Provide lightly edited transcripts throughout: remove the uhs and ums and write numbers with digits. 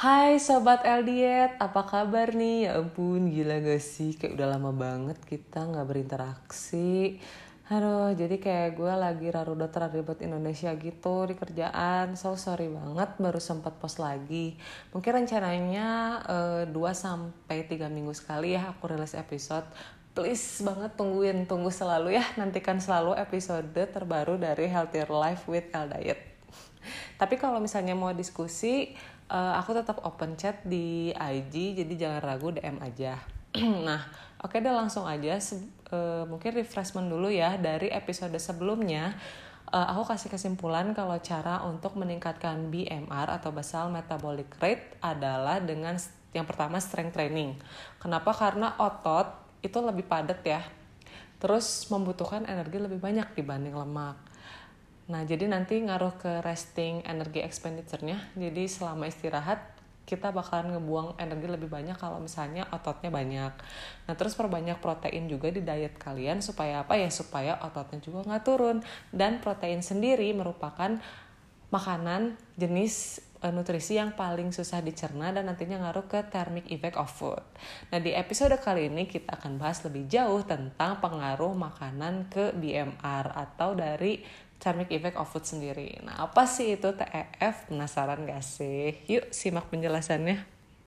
Hai Sobat LDiet, apa kabar nih? Ya ampun, gila gak sih? Kayak udah lama banget kita gak berinteraksi. Aduh, jadi kayak gue lagi raruda terlibat Indonesia gitu di kerjaan. So sorry banget, baru sempat post lagi. Mungkin rencananya 2-3 minggu sekali ya aku rilis episode. Please banget tunggu selalu ya. Nantikan selalu episode terbaru dari Healthier Life with LDiet. Tapi kalau misalnya mau diskusi, aku tetap open chat di IG, jadi jangan ragu DM aja. Nah, oke deh langsung aja. Mungkin refreshment dulu ya dari episode sebelumnya. Aku kasih kesimpulan kalau cara untuk meningkatkan BMR atau basal metabolic rate adalah dengan yang pertama strength training. Kenapa? Karena otot itu lebih padat ya. Terus membutuhkan energi lebih banyak dibanding lemak. Nah, jadi nanti ngaruh ke resting energi expenditure-nya. Jadi selama istirahat, kita bakalan ngebuang energi lebih banyak kalau misalnya ototnya banyak. Nah, terus perbanyak protein juga di diet kalian supaya apa ya? Supaya ototnya juga nggak turun. Dan protein sendiri merupakan makanan jenis nutrisi yang paling susah dicerna dan nantinya ngaruh ke thermic effect of food. Nah, di episode kali ini kita akan bahas lebih jauh tentang pengaruh makanan ke BMR atau dari thermic effect of food sendiri. Nah, apa sih itu TEF? Penasaran gak sih? Yuk simak penjelasannya.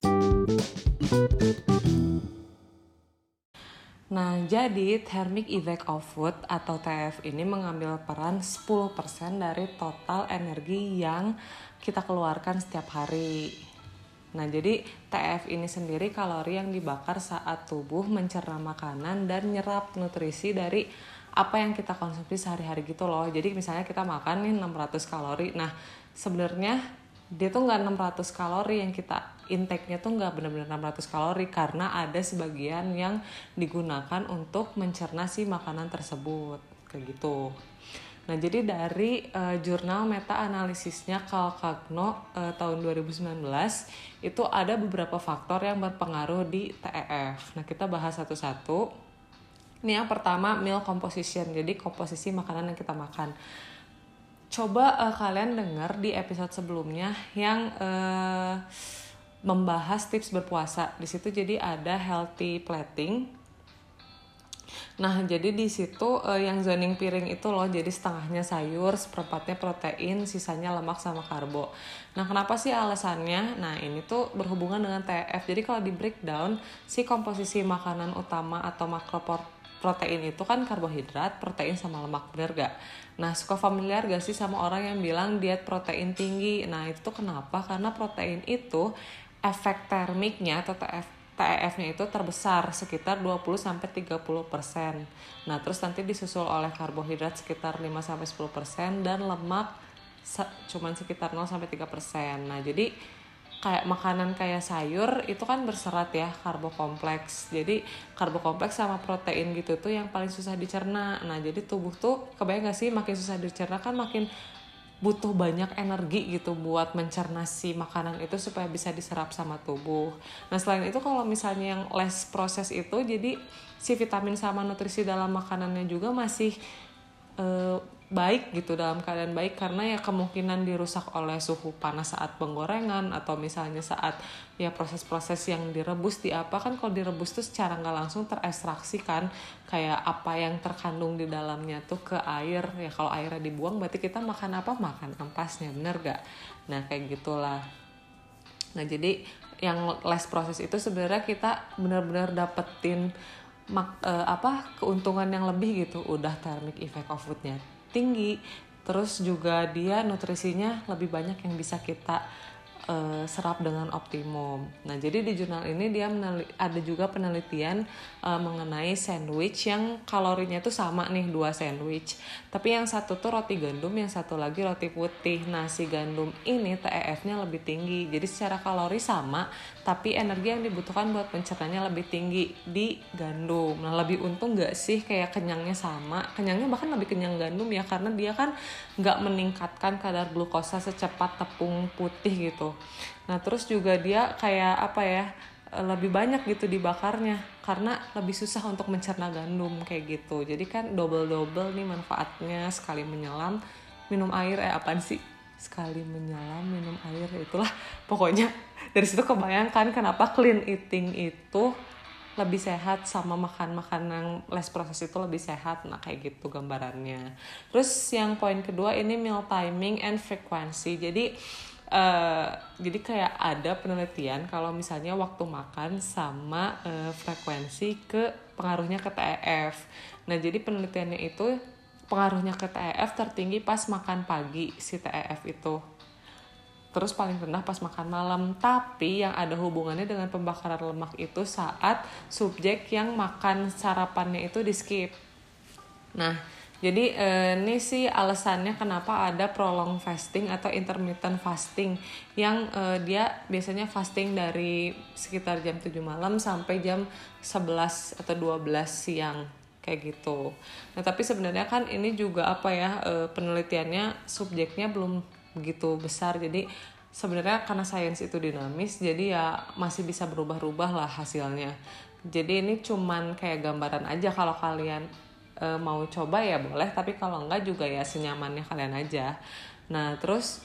Nah, jadi thermic effect of food atau TEF ini mengambil peran 10% dari total energi yang kita keluarkan setiap hari. Nah, jadi TEF ini sendiri kalori yang dibakar saat tubuh mencerna makanan dan nyerap nutrisi dari apa yang kita konsumsi sehari-hari gitu loh. Jadi misalnya kita makan nih 600 kalori. Nah, sebenarnya dia tuh nggak 600 kalori yang kita intake-nya tuh nggak benar-benar 600 kalori karena ada sebagian yang digunakan untuk mencerna si makanan tersebut kayak gitu. Nah, jadi dari jurnal meta-analisisnya Calcagno tahun 2019 itu ada beberapa faktor yang berpengaruh di TEF. Nah, kita bahas satu-satu. Ini yang pertama meal composition, jadi komposisi makanan yang kita makan. Coba kalian dengar di episode sebelumnya yang membahas tips berpuasa. Di situ jadi ada healthy plating. Nah, jadi di situ yang zoning piring itu loh, jadi setengahnya sayur, seperempatnya protein, sisanya lemak sama karbo. Nah, kenapa sih alasannya? Nah, ini tuh berhubungan dengan TEF. Jadi kalau di breakdown, si komposisi makanan utama atau makroprotein itu kan karbohidrat, protein sama lemak, bener gak? Nah, suka familiar gak sih sama orang yang bilang diet protein tinggi? Nah, itu kenapa? Karena protein itu efek termiknya atau TEF-nya itu terbesar sekitar 20-30%. Nah, terus nanti disusul oleh karbohidrat sekitar 5-10% dan lemak cuman sekitar 0-3%. Nah, jadi kayak makanan kayak sayur itu kan berserat ya, karbo kompleks. Jadi karbo kompleks sama protein gitu tuh yang paling susah dicerna. Nah, jadi tubuh tuh kebayang gak sih makin susah dicerna kan makin butuh banyak energi gitu buat mencerna si makanan itu supaya bisa diserap sama tubuh. Nah, selain itu kalau misalnya yang less proses itu jadi si vitamin sama nutrisi dalam makanannya juga masih baik gitu, dalam keadaan baik, karena ya kemungkinan dirusak oleh suhu panas saat penggorengan atau misalnya saat ya proses-proses yang direbus di apa kan, kalau direbus tuh secara nggak langsung terekstraksi kan kayak apa yang terkandung di dalamnya tuh ke air ya. Kalau airnya dibuang berarti kita makan apa? Makan ampasnya, bener gak? Nah, kayak gitulah. Nah, jadi yang less proses itu sebenarnya kita benar-benar dapetin keuntungan yang lebih gitu. Udah thermic effect of food-nya tinggi, terus juga dia nutrisinya lebih banyak yang bisa kita serap dengan optimum. Nah, jadi di jurnal ini dia ada juga penelitian mengenai sandwich yang kalorinya itu sama nih, 2 sandwich. Tapi yang satu tuh roti gandum, yang satu lagi roti putih. Nah, si gandum ini TEF-nya lebih tinggi. Jadi secara kalori sama, tapi energi yang dibutuhkan buat pencernanya lebih tinggi di gandum. Nah, lebih untung gak sih kayak kenyangnya sama? Kenyangnya bahkan lebih kenyang gandum ya, karena dia kan gak meningkatkan kadar glukosa secepat tepung putih gitu. Nah, terus juga dia kayak lebih banyak gitu dibakarnya karena lebih susah untuk mencerna gandum kayak gitu. Jadi kan double nih manfaatnya, sekali menyelam minum air apaan sih? sekali menyelam minum air, itulah pokoknya. Dari situ kebayangkan kenapa clean eating itu lebih sehat sama makan yang less proses itu lebih sehat. Nah kayak gitu gambarannya. Terus yang poin kedua ini meal timing and frequency. Jadi kayak ada penelitian kalau misalnya waktu makan sama frekuensi ke pengaruhnya ke TEF. Nah jadi penelitiannya itu pengaruhnya ke TEF tertinggi pas makan pagi si TEF itu. Terus paling rendah pas makan malam. Tapi yang ada hubungannya dengan pembakaran lemak itu saat subjek yang makan sarapannya itu di skip. Nah jadi ini sih alasannya kenapa ada prolonged fasting atau intermittent fasting yang dia biasanya fasting dari sekitar jam 7 malam sampai jam 11 atau 12 siang kayak gitu. Nah tapi sebenarnya kan ini juga penelitiannya subjeknya belum begitu besar, jadi sebenarnya karena sains itu dinamis jadi ya masih bisa berubah-ubah lah hasilnya. Jadi ini cuman kayak gambaran aja, kalau kalian mau coba ya boleh, tapi kalau enggak juga ya senyamannya kalian aja. Nah terus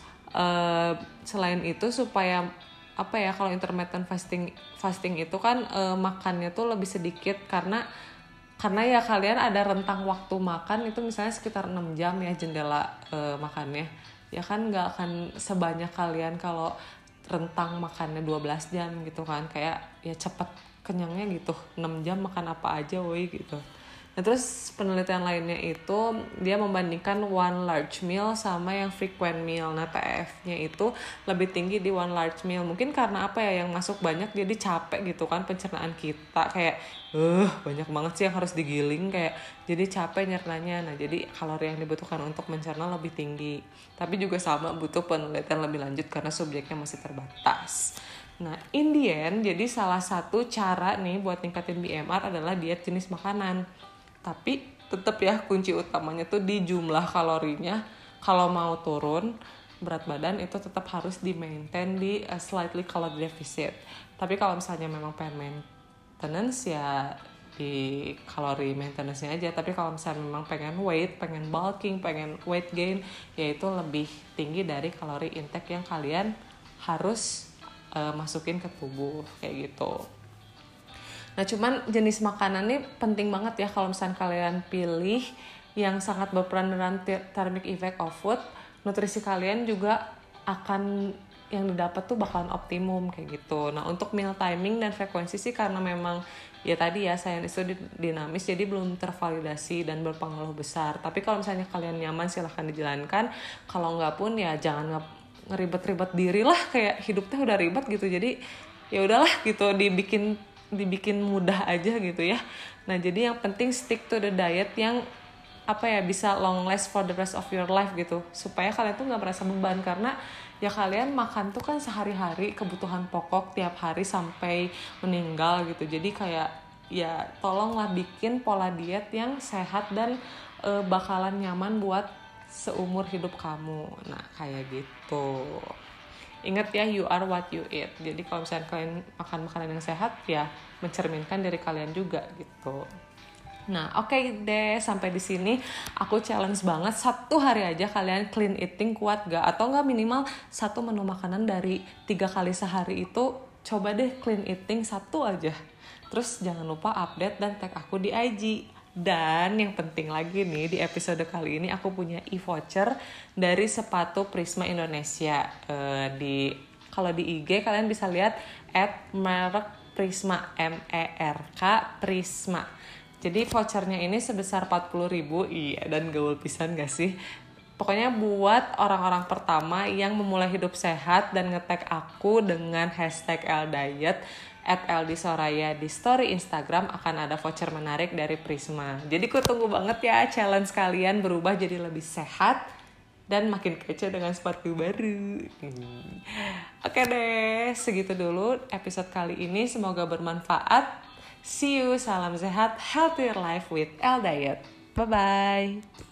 selain itu supaya kalau intermittent fasting itu kan makannya tuh lebih sedikit karena ya kalian ada rentang waktu makan itu misalnya sekitar 6 jam ya jendela makannya. Ya kan nggak akan sebanyak kalian kalau rentang makannya 12 jam gitu kan. Kayak ya cepet kenyangnya gitu, 6 jam makan apa aja woi gitu. Nah terus penelitian lainnya itu dia membandingkan one large meal sama yang frequent meal. Nah TEF-nya itu lebih tinggi di one large meal. Mungkin karena yang masuk banyak jadi capek gitu kan pencernaan kita. Kayak banyak banget sih yang harus digiling, kayak jadi capek nyernanya. Nah jadi kalori yang dibutuhkan untuk mencerna lebih tinggi. Tapi juga sama butuh penelitian lebih lanjut karena subjeknya masih terbatas. Nah in the end jadi salah satu cara nih buat ningkatin BMR adalah diet jenis makanan. Tapi tetap ya kunci utamanya tuh di jumlah kalorinya. Kalau mau turun berat badan itu tetap harus di maintain di slightly calorie deficit. Tapi kalau misalnya memang pengen maintenance ya di kalori maintenance-nya aja. Tapi kalau misalnya memang pengen weight, pengen bulking, pengen weight gain, ya itu lebih tinggi dari kalori intake yang kalian harus masukin ke tubuh kayak gitu. Nah cuman jenis makanan ini penting banget ya kalau misalnya kalian pilih yang sangat berperan dalam thermic effect of food, nutrisi kalian juga akan yang didapat tuh bakalan optimum kayak gitu. Nah untuk meal timing dan frekuensi sih karena memang ya tadi ya sains itu dinamis jadi belum tervalidasi dan berpengaruh besar. Tapi kalau misalnya kalian nyaman silahkan dijalankan. Kalau nggak pun ya jangan ngeribet-ribet diri lah, kayak hidupnya udah ribet gitu. Jadi ya udahlah gitu, dibikin mudah aja gitu ya. Nah jadi yang penting stick to the diet yang bisa long last for the rest of your life gitu, supaya kalian tuh nggak merasa beban. Karena ya kalian makan tuh kan sehari-hari kebutuhan pokok tiap hari sampai meninggal gitu. Jadi kayak ya tolonglah bikin pola diet yang sehat dan bakalan nyaman buat seumur hidup kamu. Nah kayak gitu. Ingat ya, you are what you eat. Jadi kalau misalnya kalian makan makanan yang sehat, ya mencerminkan dari kalian juga gitu. Nah, oke deh, sampai di sini aku challenge banget 1 hari aja kalian clean eating, kuat gak? Atau enggak minimal 1 menu makanan dari 3 kali sehari itu coba deh clean eating 1 aja. Terus jangan lupa update dan tag aku di IG. Dan yang penting lagi nih, di episode kali ini aku punya e-voucher dari sepatu Prisma Indonesia. Kalau di IG kalian bisa lihat @merek Prisma, MERK Prisma. Jadi vouchernya ini sebesar 40.000. Iya, dan gaul pisan gak sih? Pokoknya buat orang-orang pertama yang memulai hidup sehat dan nge-tag aku dengan #LDiet @LDSoraya di story Instagram, akan ada voucher menarik dari Prisma. Jadi aku tunggu banget ya challenge kalian berubah jadi lebih sehat dan makin kece dengan sepatu baru. Oke deh, segitu dulu episode kali ini. Semoga bermanfaat. See you, salam sehat, healthier life with LDiet. Bye-bye.